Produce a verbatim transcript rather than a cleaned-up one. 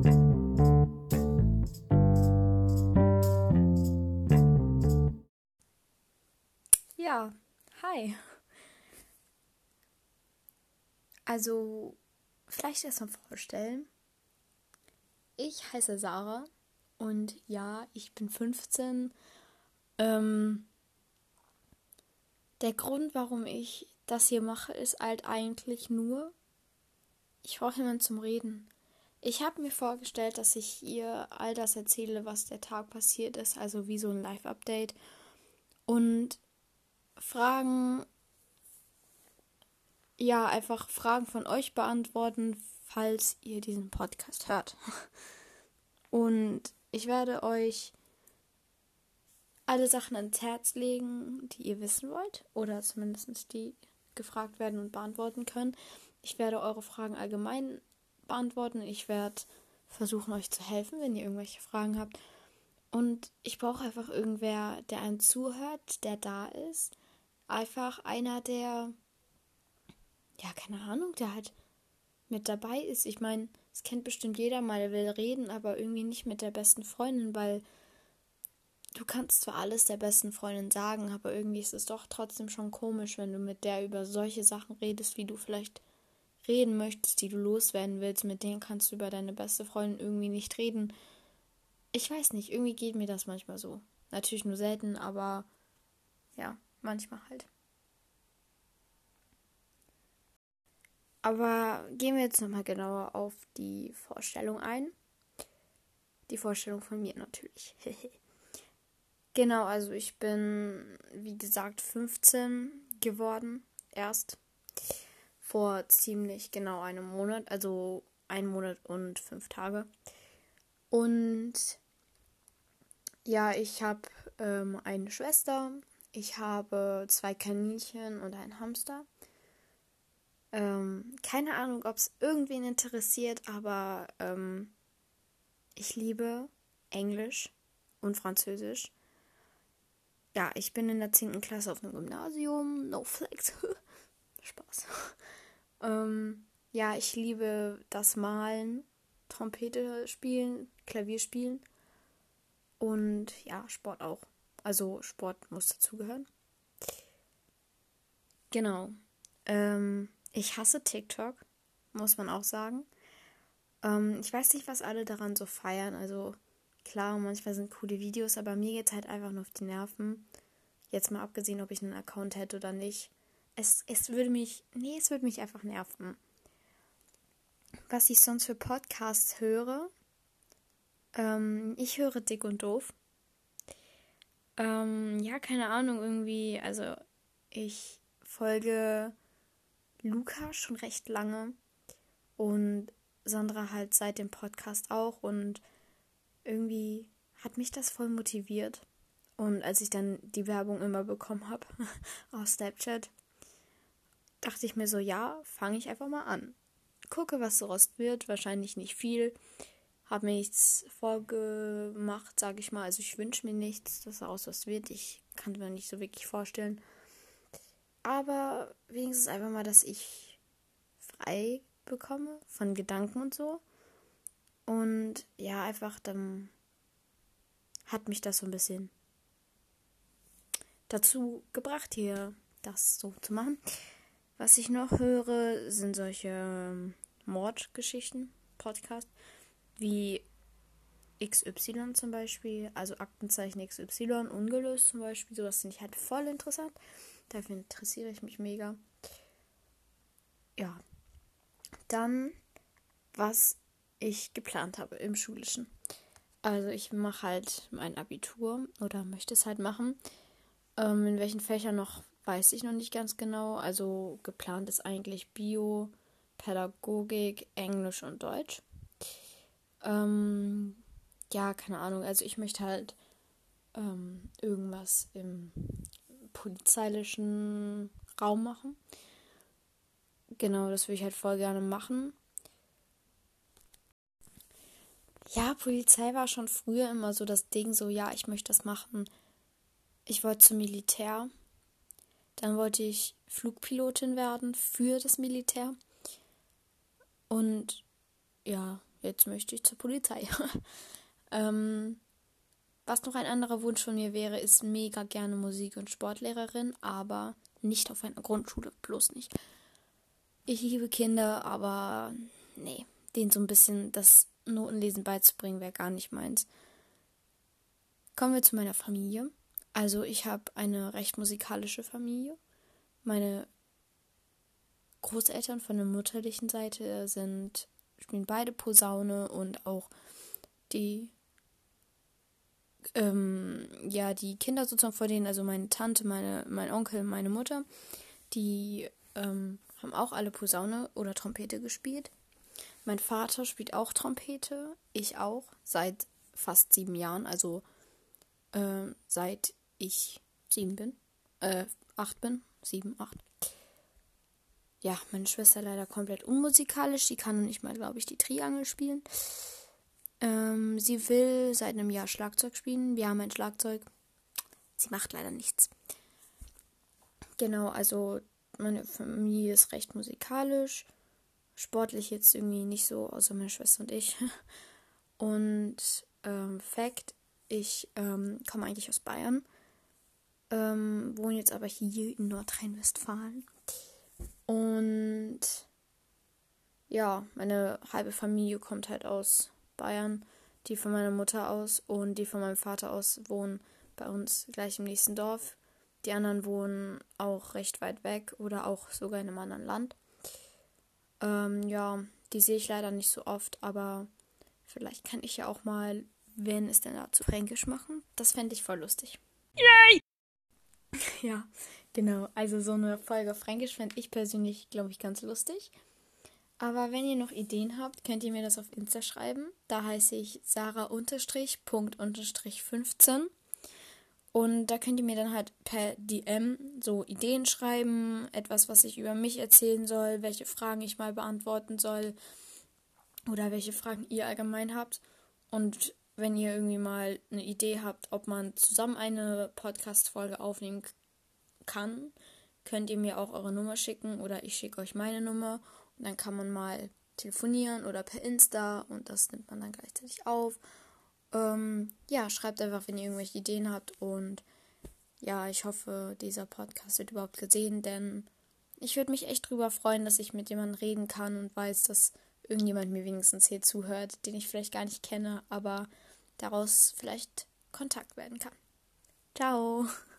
Ja, hi. Also, vielleicht erstmal vorstellen. Ich heiße Sarah und ja, ich bin fünfzehn. Ähm, der Grund, warum ich das hier mache, ist halt eigentlich nur, ich brauche jemanden zum Reden. Ich habe mir vorgestellt, dass ich ihr all das erzähle, was der Tag passiert ist, also wie so ein Live-Update und Fragen, ja, einfach Fragen von euch beantworten, falls ihr diesen Podcast hört. Und ich werde euch alle Sachen ans Herz legen, die ihr wissen wollt. Oder zumindest die gefragt werden und beantworten können. Ich werde eure Fragen allgemein beantworten. Ich werde versuchen, euch zu helfen, wenn ihr irgendwelche Fragen habt. Und ich brauche einfach irgendwer, der einem zuhört, der da ist. Einfach einer, der, ja, keine Ahnung, der halt mit dabei ist. Ich meine, es kennt bestimmt jeder mal, der will reden, aber irgendwie nicht mit der besten Freundin, weil du kannst zwar alles der besten Freundin sagen, aber irgendwie ist es doch trotzdem schon komisch, wenn du mit der über solche Sachen redest, wie du vielleicht reden möchtest, die du loswerden willst. Mit denen kannst du über deine beste Freundin irgendwie nicht reden. Ich weiß nicht, irgendwie geht mir das manchmal so. Natürlich nur selten, aber ja, manchmal halt. Aber gehen wir jetzt nochmal genauer auf die Vorstellung ein. Die Vorstellung von mir natürlich. Genau, also ich bin, wie gesagt, fünfzehn geworden. Erst vor ziemlich genau einem Monat. Also ein Monat und fünf Tage. Und ja, ich habe ähm, eine Schwester. Ich habe zwei Kaninchen und einen Hamster. Ähm, keine Ahnung, ob es irgendwen interessiert, aber ähm, ich liebe Englisch und Französisch. Ja, ich bin in der zehnten Klasse auf einem Gymnasium. No flex. Spaß. ähm, ja, ich liebe das Malen, Trompete spielen, Klavier spielen und ja, Sport auch. Also Sport muss dazugehören. Genau. Ähm, ich hasse TikTok, muss man auch sagen. Ähm, ich weiß nicht, was alle daran so feiern. Also klar, manchmal sind coole Videos, aber mir geht es halt einfach nur auf die Nerven. Jetzt mal abgesehen, ob ich einen Account hätte oder nicht. Es, es würde mich, nee, es würde mich einfach nerven. Was ich sonst für Podcasts höre, ähm, ich höre Dick und Doof. Ähm, ja, keine Ahnung, irgendwie, also ich folge Luca schon recht lange und Sandra halt seit dem Podcast auch und irgendwie hat mich das voll motiviert. Und als ich dann die Werbung immer bekommen habe auf Snapchat, dachte ich mir so, ja, fange ich einfach mal an. Gucke, was daraus wird. Wahrscheinlich nicht viel. Habe mir nichts vorgemacht, sage ich mal. Also ich wünsche mir nichts, dass daraus was wird. Ich kann mir nicht so wirklich vorstellen. Aber wenigstens einfach mal, dass ich frei bekomme von Gedanken und so. Und ja, einfach dann hat mich das so ein bisschen dazu gebracht, hier das so zu machen. Was ich noch höre, sind solche ähm, Mordgeschichten, Podcasts, wie X Y zum Beispiel, also Aktenzeichen X Y, ungelöst zum Beispiel, sowas finde ich halt voll interessant. Dafür interessiere ich mich mega. Ja, dann, was ich geplant habe im Schulischen. Also ich mache halt mein Abitur oder möchte es halt machen. Ähm, in welchen Fächern noch, weiß ich noch nicht ganz genau. Also geplant ist eigentlich Bio, Pädagogik, Englisch und Deutsch. Ähm, ja, keine Ahnung. Also ich möchte halt ähm, irgendwas im polizeilichen Raum machen. Genau, das würde ich halt voll gerne machen. Ja, Polizei war schon früher immer so das Ding, so ja, ich möchte das machen. Ich wollte zum Militär. Dann wollte ich Flugpilotin werden für das Militär. Und ja, jetzt möchte ich zur Polizei. ähm, was noch ein anderer Wunsch von mir wäre, ist mega gerne Musik- und Sportlehrerin, aber nicht auf einer Grundschule, bloß nicht. Ich liebe Kinder, aber nee, denen so ein bisschen das Notenlesen beizubringen, wäre gar nicht meins. Kommen wir zu meiner Familie. Also ich habe eine recht musikalische Familie. Meine Großeltern von der mütterlichen Seite sind, spielen beide Posaune und auch die, ähm, ja, die Kinder sozusagen vor denen, also meine Tante, meine, mein Onkel, meine Mutter, die ähm, haben auch alle Posaune oder Trompete gespielt. Mein Vater spielt auch Trompete, ich auch, seit fast sieben Jahren, also äh, seit ich sieben bin, äh, acht bin, sieben, acht. Ja, meine Schwester leider komplett unmusikalisch, die kann nicht mal, glaube ich, die Triangel spielen. Ähm, sie will seit einem Jahr Schlagzeug spielen, wir haben ein Schlagzeug, sie macht leider nichts. Genau, also meine Familie ist recht musikalisch. Sportlich jetzt irgendwie nicht so, außer meine Schwester und ich. Und ähm, Fact, ich ähm, komme eigentlich aus Bayern, ähm, wohne jetzt aber hier in Nordrhein-Westfalen. Und ja, meine halbe Familie kommt halt aus Bayern, die von meiner Mutter aus und die von meinem Vater aus wohnen bei uns gleich im nächsten Dorf. Die anderen wohnen auch recht weit weg oder auch sogar in einem anderen Land. Ähm, ja, die sehe ich leider nicht so oft, aber vielleicht kann ich ja auch mal, wenn es denn dazu Fränkisch machen. Das fände ich voll lustig. Yay! Ja, genau. Also so eine Folge Fränkisch fände ich persönlich, glaube ich, ganz lustig. Aber wenn ihr noch Ideen habt, könnt ihr mir das auf Insta schreiben. Da heiße ich Sarah Punkt fünfzehn. Und da könnt ihr mir dann halt per D M so Ideen schreiben, etwas, was ich über mich erzählen soll, welche Fragen ich mal beantworten soll oder welche Fragen ihr allgemein habt. Und wenn ihr irgendwie mal eine Idee habt, ob man zusammen eine Podcast-Folge aufnehmen kann, könnt ihr mir auch eure Nummer schicken oder ich schicke euch meine Nummer und dann kann man mal telefonieren oder per Insta und das nimmt man dann gleichzeitig auf. Ähm, ja, schreibt einfach, wenn ihr irgendwelche Ideen habt und ja, ich hoffe, dieser Podcast wird überhaupt gesehen, denn ich würde mich echt drüber freuen, dass ich mit jemandem reden kann und weiß, dass irgendjemand mir wenigstens hier zuhört, den ich vielleicht gar nicht kenne, aber daraus vielleicht Kontakt werden kann. Ciao!